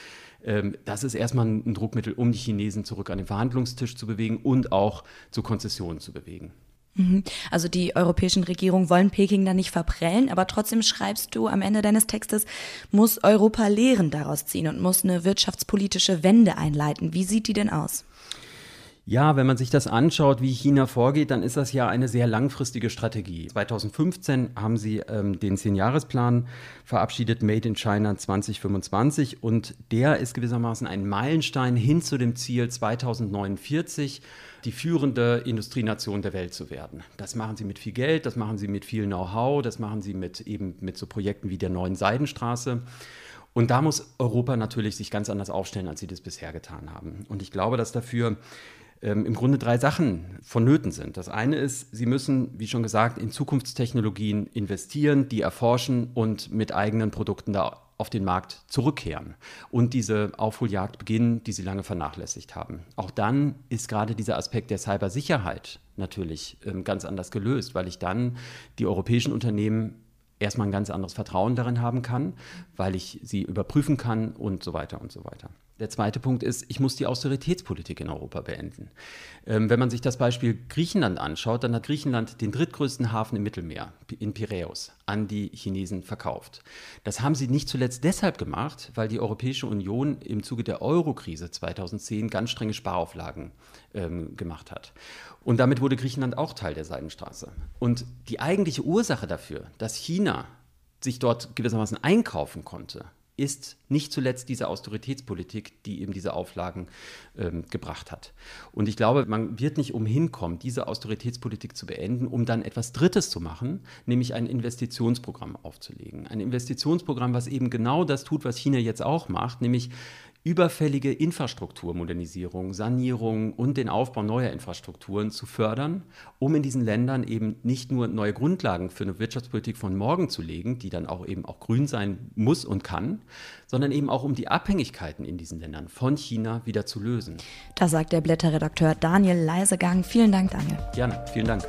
das ist erstmal ein Druckmittel, um die Chinesen zurück an den Verhandlungstisch zu bewegen und auch zu Konzessionen zu bewegen. Also die europäischen Regierungen wollen Peking da nicht verprellen, aber trotzdem schreibst du am Ende deines Textes, muss Europa Lehren daraus ziehen und muss eine wirtschaftspolitische Wende einleiten. Wie sieht die denn aus? Ja, wenn man sich das anschaut, wie China vorgeht, dann ist das ja eine sehr langfristige Strategie. 2015 haben sie den 10-Jahresplan verabschiedet, Made in China 2025. Und der ist gewissermaßen ein Meilenstein hin zu dem Ziel 2049, die führende Industrienation der Welt zu werden. Das machen sie mit viel Geld, das machen sie mit viel Know-how, das machen sie mit so Projekten wie der neuen Seidenstraße. Und da muss Europa natürlich sich ganz anders aufstellen, als sie das bisher getan haben. Und ich glaube, dass dafür im Grunde 3 Sachen vonnöten sind. Das eine ist, sie müssen, wie schon gesagt, in Zukunftstechnologien investieren, die erforschen und mit eigenen Produkten da auf den Markt zurückkehren und diese Aufholjagd beginnen, die sie lange vernachlässigt haben. Auch dann ist gerade dieser Aspekt der Cybersicherheit natürlich ganz anders gelöst, weil ich dann die europäischen Unternehmen erstmal ein ganz anderes Vertrauen darin haben kann, weil ich sie überprüfen kann und so weiter und so weiter. Der zweite Punkt ist, ich muss die Austeritätspolitik in Europa beenden. Wenn man sich das Beispiel Griechenland anschaut, dann hat Griechenland den drittgrößten Hafen im Mittelmeer, in Piräus, an die Chinesen verkauft. Das haben sie nicht zuletzt deshalb gemacht, weil die Europäische Union im Zuge der Euro-Krise 2010 ganz strenge Sparauflagen gemacht hat. Und damit wurde Griechenland auch Teil der Seidenstraße. Und die eigentliche Ursache dafür, dass China sich dort gewissermaßen einkaufen konnte, ist nicht zuletzt diese Austeritätspolitik, die eben diese Auflagen gebracht hat. Und ich glaube, man wird nicht umhin kommen, diese Austeritätspolitik zu beenden, um dann etwas Drittes zu machen, nämlich ein Investitionsprogramm aufzulegen. Ein Investitionsprogramm, was eben genau das tut, was China jetzt auch macht, nämlich überfällige Infrastrukturmodernisierung, Sanierung und den Aufbau neuer Infrastrukturen zu fördern, um in diesen Ländern eben nicht nur neue Grundlagen für eine Wirtschaftspolitik von morgen zu legen, die dann auch eben auch grün sein muss und kann, sondern eben auch um die Abhängigkeiten in diesen Ländern von China wieder zu lösen. Das sagt der Blätter-Redakteur Daniel Leisegang. Vielen Dank, Daniel. Gerne, vielen Dank.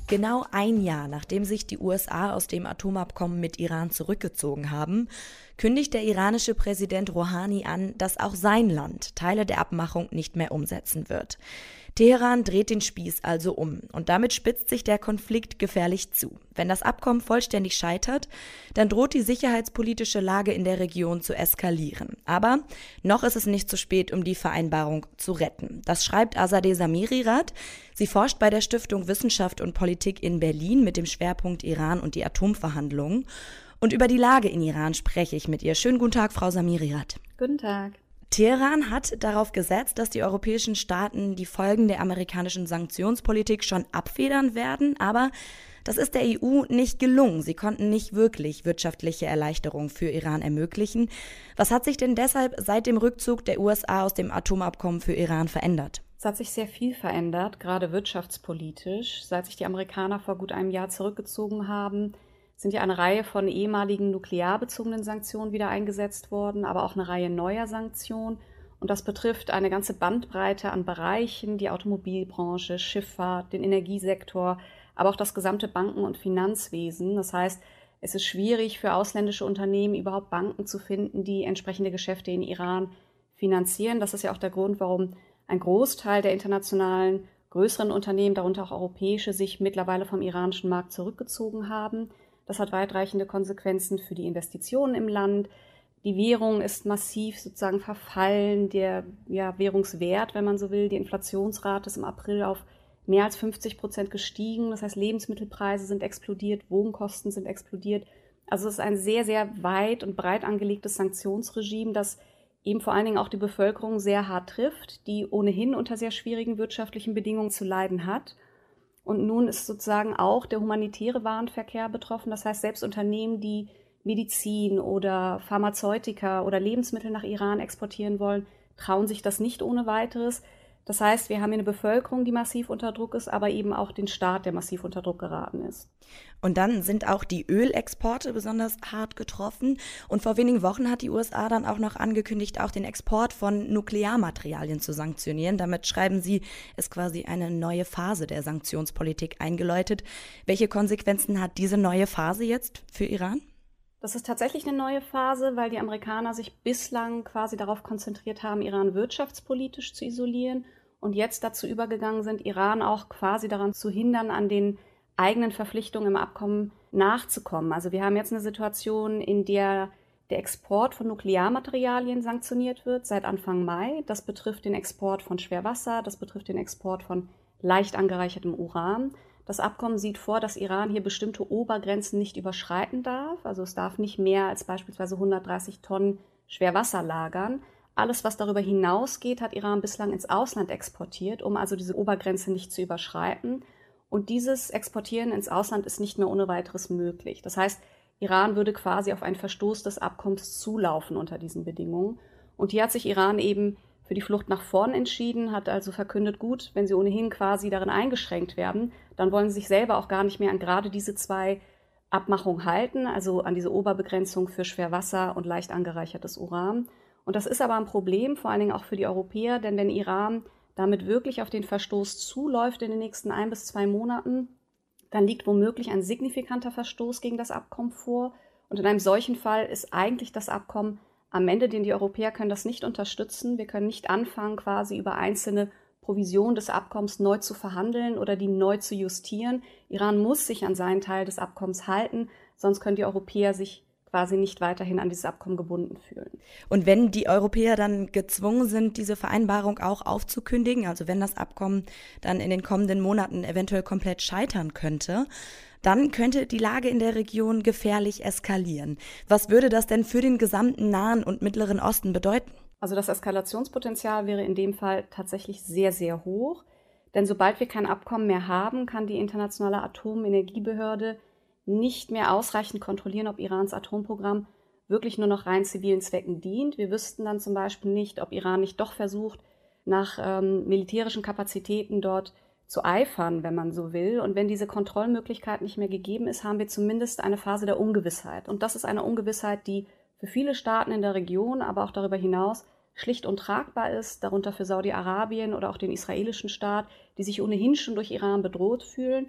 Genau ein Jahr, nachdem sich die USA aus dem Atomabkommen mit Iran zurückgezogen haben, kündigt der iranische Präsident Rouhani an, dass auch sein Land Teile der Abmachung nicht mehr umsetzen wird. Teheran dreht den Spieß also um und damit spitzt sich der Konflikt gefährlich zu. Wenn das Abkommen vollständig scheitert, dann droht die sicherheitspolitische Lage in der Region zu eskalieren. Aber noch ist es nicht zu spät, um die Vereinbarung zu retten. Das schreibt Azadeh Zamirirat. Sie forscht bei der Stiftung Wissenschaft und Politik in Berlin mit dem Schwerpunkt Iran und die Atomverhandlungen. Und über die Lage in Iran spreche ich mit ihr. Schönen guten Tag, Frau Zamirirat. Guten Tag. Teheran hat darauf gesetzt, dass die europäischen Staaten die Folgen der amerikanischen Sanktionspolitik schon abfedern werden, aber das ist der EU nicht gelungen. Sie konnten nicht wirklich wirtschaftliche Erleichterungen für Iran ermöglichen. Was hat sich denn deshalb seit dem Rückzug der USA aus dem Atomabkommen für Iran verändert? Es hat sich sehr viel verändert, gerade wirtschaftspolitisch. Seit sich die Amerikaner vor gut einem Jahr zurückgezogen haben, sind ja eine Reihe von ehemaligen nuklearbezogenen Sanktionen wieder eingesetzt worden, aber auch eine Reihe neuer Sanktionen. Und das betrifft eine ganze Bandbreite an Bereichen, die Automobilbranche, Schifffahrt, den Energiesektor, aber auch das gesamte Banken- und Finanzwesen. Das heißt, es ist schwierig für ausländische Unternehmen, überhaupt Banken zu finden, die entsprechende Geschäfte in Iran finanzieren. Das ist ja auch der Grund, warum ein Großteil der internationalen größeren Unternehmen, darunter auch europäische, sich mittlerweile vom iranischen Markt zurückgezogen haben. Das hat weitreichende Konsequenzen für die Investitionen im Land. Die Währung ist massiv sozusagen verfallen, der Währungswert, wenn man so will. Die Inflationsrate ist im April auf mehr als 50% gestiegen. Das heißt, Lebensmittelpreise sind explodiert, Wohnkosten sind explodiert. Also es ist ein sehr, sehr weit und breit angelegtes Sanktionsregime, das eben vor allen Dingen auch die Bevölkerung sehr hart trifft, die ohnehin unter sehr schwierigen wirtschaftlichen Bedingungen zu leiden hat. Und nun ist sozusagen auch der humanitäre Warenverkehr betroffen. Das heißt, selbst Unternehmen, die Medizin oder Pharmazeutika oder Lebensmittel nach Iran exportieren wollen, trauen sich das nicht ohne weiteres. Das heißt, wir haben hier eine Bevölkerung, die massiv unter Druck ist, aber eben auch den Staat, der massiv unter Druck geraten ist. Und dann sind auch die Ölexporte besonders hart getroffen. Und vor wenigen Wochen hat die USA dann auch noch angekündigt, auch den Export von Nuklearmaterialien zu sanktionieren. Damit schreiben sie, ist quasi eine neue Phase der Sanktionspolitik eingeläutet. Welche Konsequenzen hat diese neue Phase jetzt für Iran? Das ist tatsächlich eine neue Phase, weil die Amerikaner sich bislang quasi darauf konzentriert haben, Iran wirtschaftspolitisch zu isolieren und jetzt dazu übergegangen sind, Iran auch quasi daran zu hindern, an den eigenen Verpflichtungen im Abkommen nachzukommen. Also wir haben jetzt eine Situation, in der der Export von Nuklearmaterialien sanktioniert wird seit Anfang Mai. Das betrifft den Export von Schwerwasser, das betrifft den Export von leicht angereichertem Uran. Das Abkommen sieht vor, dass Iran hier bestimmte Obergrenzen nicht überschreiten darf. Also es darf nicht mehr als beispielsweise 130 Tonnen Schwerwasser lagern. Alles, was darüber hinausgeht, hat Iran bislang ins Ausland exportiert, um also diese Obergrenze nicht zu überschreiten. Und dieses Exportieren ins Ausland ist nicht mehr ohne weiteres möglich. Das heißt, Iran würde quasi auf einen Verstoß des Abkommens zulaufen unter diesen Bedingungen. Und hier hat sich Iran eben für die Flucht nach vorn entschieden, hat also verkündet, gut, wenn sie ohnehin quasi darin eingeschränkt werden, dann wollen sie sich selber auch gar nicht mehr an gerade diese zwei Abmachungen halten, also an diese Oberbegrenzung für Schwerwasser und leicht angereichertes Uran. Und das ist aber ein Problem, vor allen Dingen auch für die Europäer, denn wenn Iran damit wirklich auf den Verstoß zuläuft in den nächsten 1 bis 2 Monaten, dann liegt womöglich ein signifikanter Verstoß gegen das Abkommen vor. Und in einem solchen Fall ist eigentlich das Abkommen am Ende, denn die Europäer können das nicht unterstützen. Wir können nicht anfangen, quasi über einzelne Provisionen des Abkommens neu zu verhandeln oder die neu zu justieren. Iran muss sich an seinen Teil des Abkommens halten, sonst können die Europäer sich quasi nicht weiterhin an dieses Abkommen gebunden fühlen. Und wenn die Europäer dann gezwungen sind, diese Vereinbarung auch aufzukündigen, also wenn das Abkommen dann in den kommenden Monaten eventuell komplett scheitern könnte, dann könnte die Lage in der Region gefährlich eskalieren. Was würde das denn für den gesamten Nahen und Mittleren Osten bedeuten? Also das Eskalationspotenzial wäre in dem Fall tatsächlich sehr, sehr hoch. Denn sobald wir kein Abkommen mehr haben, kann die Internationale Atomenergiebehörde nicht mehr ausreichend kontrollieren, ob Irans Atomprogramm wirklich nur noch rein zivilen Zwecken dient. Wir wüssten dann zum Beispiel nicht, ob Iran nicht doch versucht, nach militärischen Kapazitäten dort zu eifern, wenn man so will. Und wenn diese Kontrollmöglichkeit nicht mehr gegeben ist, haben wir zumindest eine Phase der Ungewissheit. Und das ist eine Ungewissheit, die für viele Staaten in der Region, aber auch darüber hinaus schlicht untragbar ist, darunter für Saudi-Arabien oder auch den israelischen Staat, die sich ohnehin schon durch Iran bedroht fühlen.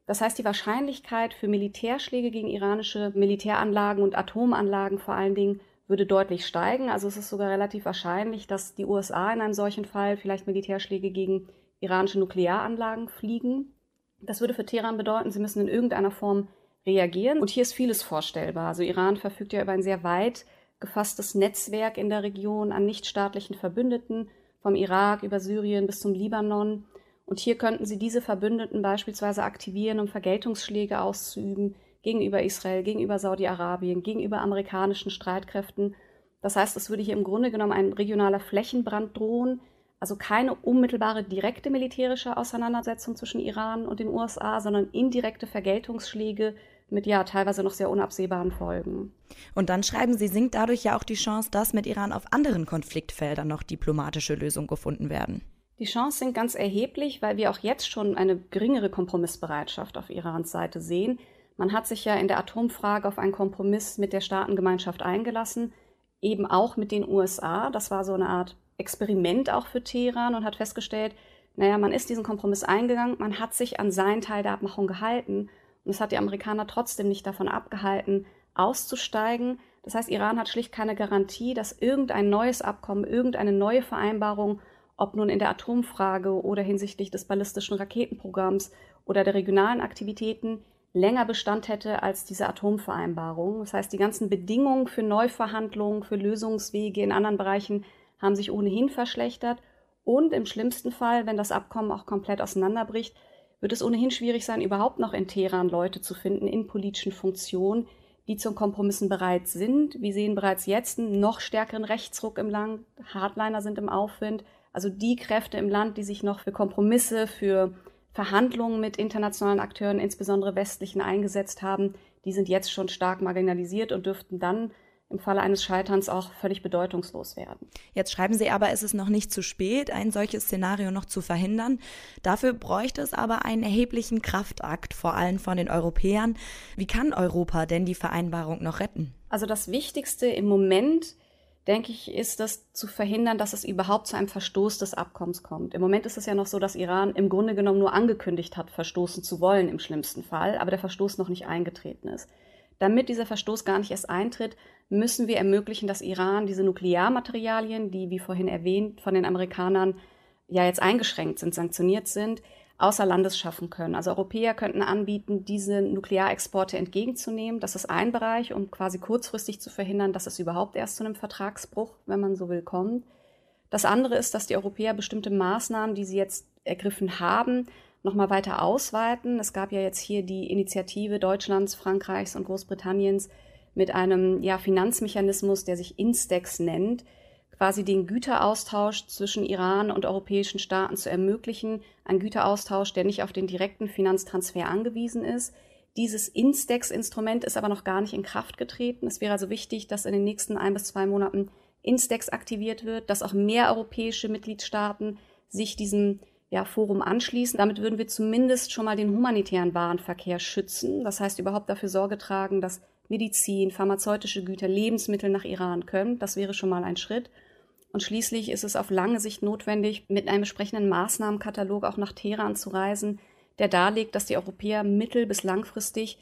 Das heißt, die Wahrscheinlichkeit für Militärschläge gegen iranische Militäranlagen und Atomanlagen vor allen Dingen würde deutlich steigen. Also es ist sogar relativ wahrscheinlich, dass die USA in einem solchen Fall vielleicht Militärschläge gegen iranische Nuklearanlagen fliegen. Das würde für Teheran bedeuten, sie müssen in irgendeiner Form reagieren. Und hier ist vieles vorstellbar. Also Iran verfügt ja über ein sehr weit gefasstes Netzwerk in der Region an nichtstaatlichen Verbündeten, vom Irak über Syrien bis zum Libanon. Und hier könnten sie diese Verbündeten beispielsweise aktivieren, um Vergeltungsschläge auszuüben gegenüber Israel, gegenüber Saudi-Arabien, gegenüber amerikanischen Streitkräften. Das heißt, es würde hier im Grunde genommen ein regionaler Flächenbrand drohen, also keine unmittelbare direkte militärische Auseinandersetzung zwischen Iran und den USA, sondern indirekte Vergeltungsschläge mit teilweise noch sehr unabsehbaren Folgen. Und dann schreiben Sie, sinkt dadurch ja auch die Chance, dass mit Iran auf anderen Konfliktfeldern noch diplomatische Lösungen gefunden werden. Die Chance sinkt ganz erheblich, weil wir auch jetzt schon eine geringere Kompromissbereitschaft auf Irans Seite sehen. Man hat sich ja in der Atomfrage auf einen Kompromiss mit der Staatengemeinschaft eingelassen, eben auch mit den USA. Das war so eine Art Experiment auch für Teheran und hat festgestellt, man ist diesen Kompromiss eingegangen, man hat sich an seinen Teil der Abmachung gehalten und es hat die Amerikaner trotzdem nicht davon abgehalten, auszusteigen. Das heißt, Iran hat schlicht keine Garantie, dass irgendein neues Abkommen, irgendeine neue Vereinbarung, ob nun in der Atomfrage oder hinsichtlich des ballistischen Raketenprogramms oder der regionalen Aktivitäten, länger Bestand hätte als diese Atomvereinbarung. Das heißt, die ganzen Bedingungen für Neuverhandlungen, für Lösungswege in anderen Bereichen haben sich ohnehin verschlechtert. Und im schlimmsten Fall, wenn das Abkommen auch komplett auseinanderbricht, wird es ohnehin schwierig sein, überhaupt noch in Teheran Leute zu finden in politischen Funktionen, die zu Kompromissen bereit sind. Wir sehen bereits jetzt einen noch stärkeren Rechtsruck im Land. Hardliner sind im Aufwind. Also die Kräfte im Land, die sich noch für Kompromisse, für Verhandlungen mit internationalen Akteuren, insbesondere westlichen, eingesetzt haben, die sind jetzt schon stark marginalisiert und dürften dann im Falle eines Scheiterns auch völlig bedeutungslos werden. Jetzt schreiben Sie aber, es ist noch nicht zu spät, ein solches Szenario noch zu verhindern. Dafür bräuchte es aber einen erheblichen Kraftakt, vor allem von den Europäern. Wie kann Europa denn die Vereinbarung noch retten? Also das Wichtigste im Moment, denke ich, ist das zu verhindern, dass es überhaupt zu einem Verstoß des Abkommens kommt. Im Moment ist es ja noch so, dass Iran im Grunde genommen nur angekündigt hat, verstoßen zu wollen im schlimmsten Fall, aber der Verstoß noch nicht eingetreten ist. Damit dieser Verstoß gar nicht erst eintritt, müssen wir ermöglichen, dass Iran diese Nuklearmaterialien, die, wie vorhin erwähnt, von den Amerikanern jetzt eingeschränkt sind, sanktioniert sind, außer Landes schaffen können. Also Europäer könnten anbieten, diese Nuklearexporte entgegenzunehmen. Das ist ein Bereich, um quasi kurzfristig zu verhindern, dass es überhaupt erst zu einem Vertragsbruch, wenn man so will, kommt. Das andere ist, dass die Europäer bestimmte Maßnahmen, die sie jetzt ergriffen haben, nochmal weiter ausweiten. Es gab ja jetzt hier die Initiative Deutschlands, Frankreichs und Großbritanniens mit einem Finanzmechanismus, der sich INSTEX nennt, quasi den Güteraustausch zwischen Iran und europäischen Staaten zu ermöglichen. Ein Güteraustausch, der nicht auf den direkten Finanztransfer angewiesen ist. Dieses INSTEX-Instrument ist aber noch gar nicht in Kraft getreten. Es wäre also wichtig, dass in den nächsten 1 bis 2 Monaten INSTEX aktiviert wird, dass auch mehr europäische Mitgliedstaaten sich diesem Forum anschließen. Damit würden wir zumindest schon mal den humanitären Warenverkehr schützen. Das heißt, überhaupt dafür Sorge tragen, dass Medizin, pharmazeutische Güter, Lebensmittel nach Iran können. Das wäre schon mal ein Schritt. Und schließlich ist es auf lange Sicht notwendig, mit einem entsprechenden Maßnahmenkatalog auch nach Teheran zu reisen, der darlegt, dass die Europäer mittel- bis langfristig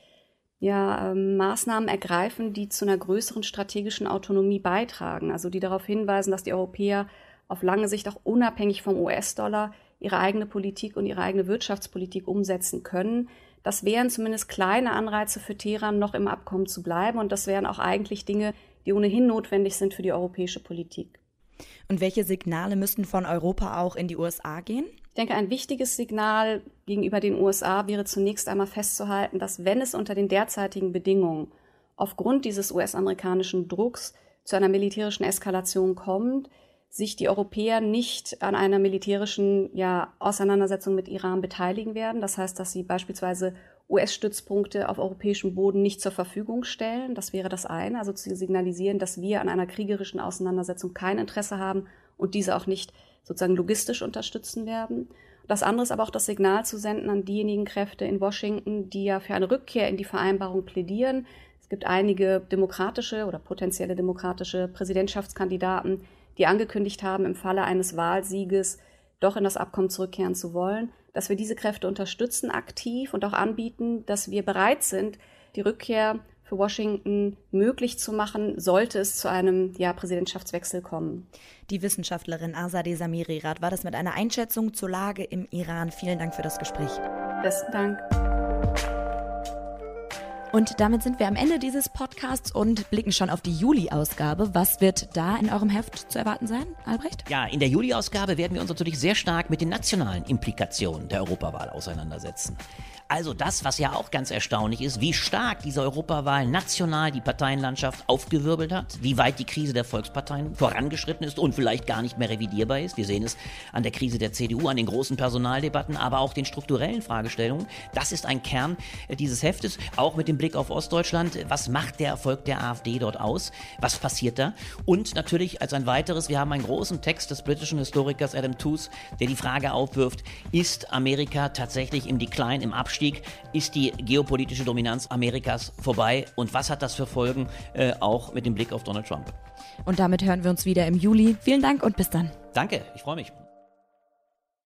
Maßnahmen ergreifen, die zu einer größeren strategischen Autonomie beitragen. Also die darauf hinweisen, dass die Europäer auf lange Sicht auch unabhängig vom US-Dollar ihre eigene Politik und ihre eigene Wirtschaftspolitik umsetzen können. Das wären zumindest kleine Anreize für Teheran, noch im Abkommen zu bleiben. Und das wären auch eigentlich Dinge, die ohnehin notwendig sind für die europäische Politik. Und welche Signale müssten von Europa auch in die USA gehen? Ich denke, ein wichtiges Signal gegenüber den USA wäre zunächst einmal festzuhalten, dass wenn es unter den derzeitigen Bedingungen aufgrund dieses US-amerikanischen Drucks zu einer militärischen Eskalation kommt, sich die Europäer nicht an einer militärischen Auseinandersetzung mit Iran beteiligen werden. Das heißt, dass sie beispielsweise US-Stützpunkte auf europäischem Boden nicht zur Verfügung stellen. Das wäre das eine, also zu signalisieren, dass wir an einer kriegerischen Auseinandersetzung kein Interesse haben und diese auch nicht sozusagen logistisch unterstützen werden. Das andere ist aber auch das Signal zu senden an diejenigen Kräfte in Washington, die ja für eine Rückkehr in die Vereinbarung plädieren. Es gibt einige demokratische oder potenzielle demokratische Präsidentschaftskandidaten, die angekündigt haben, im Falle eines Wahlsieges doch in das Abkommen zurückkehren zu wollen, dass wir diese Kräfte unterstützen aktiv und auch anbieten, dass wir bereit sind, die Rückkehr für Washington möglich zu machen, sollte es zu einem Präsidentschaftswechsel kommen. Die Wissenschaftlerin Azadeh Samiri-Rad war das mit einer Einschätzung zur Lage im Iran. Vielen Dank für das Gespräch. Besten Dank. Und damit sind wir am Ende dieses Podcasts und blicken schon auf die Juli-Ausgabe. Was wird da in eurem Heft zu erwarten sein, Albrecht? Ja, in der Juli-Ausgabe werden wir uns natürlich sehr stark mit den nationalen Implikationen der Europawahl auseinandersetzen. Also das, was ja auch ganz erstaunlich ist, wie stark diese Europawahl national die Parteienlandschaft aufgewirbelt hat, wie weit die Krise der Volksparteien vorangeschritten ist und vielleicht gar nicht mehr revidierbar ist. Wir sehen es an der Krise der CDU, an den großen Personaldebatten, aber auch den strukturellen Fragestellungen. Das ist ein Kern dieses Heftes, auch mit dem Blick auf Ostdeutschland. Was macht der Erfolg der AfD dort aus? Was passiert da? Und natürlich als ein weiteres, wir haben einen großen Text des britischen Historikers Adam Tooze, der die Frage aufwirft, ist Amerika tatsächlich im Decline, im Abstieg? Ist die geopolitische Dominanz Amerikas vorbei? Und was hat das für Folgen, auch mit dem Blick auf Donald Trump? Und damit hören wir uns wieder im Juli. Vielen Dank und bis dann. Danke, ich freue mich.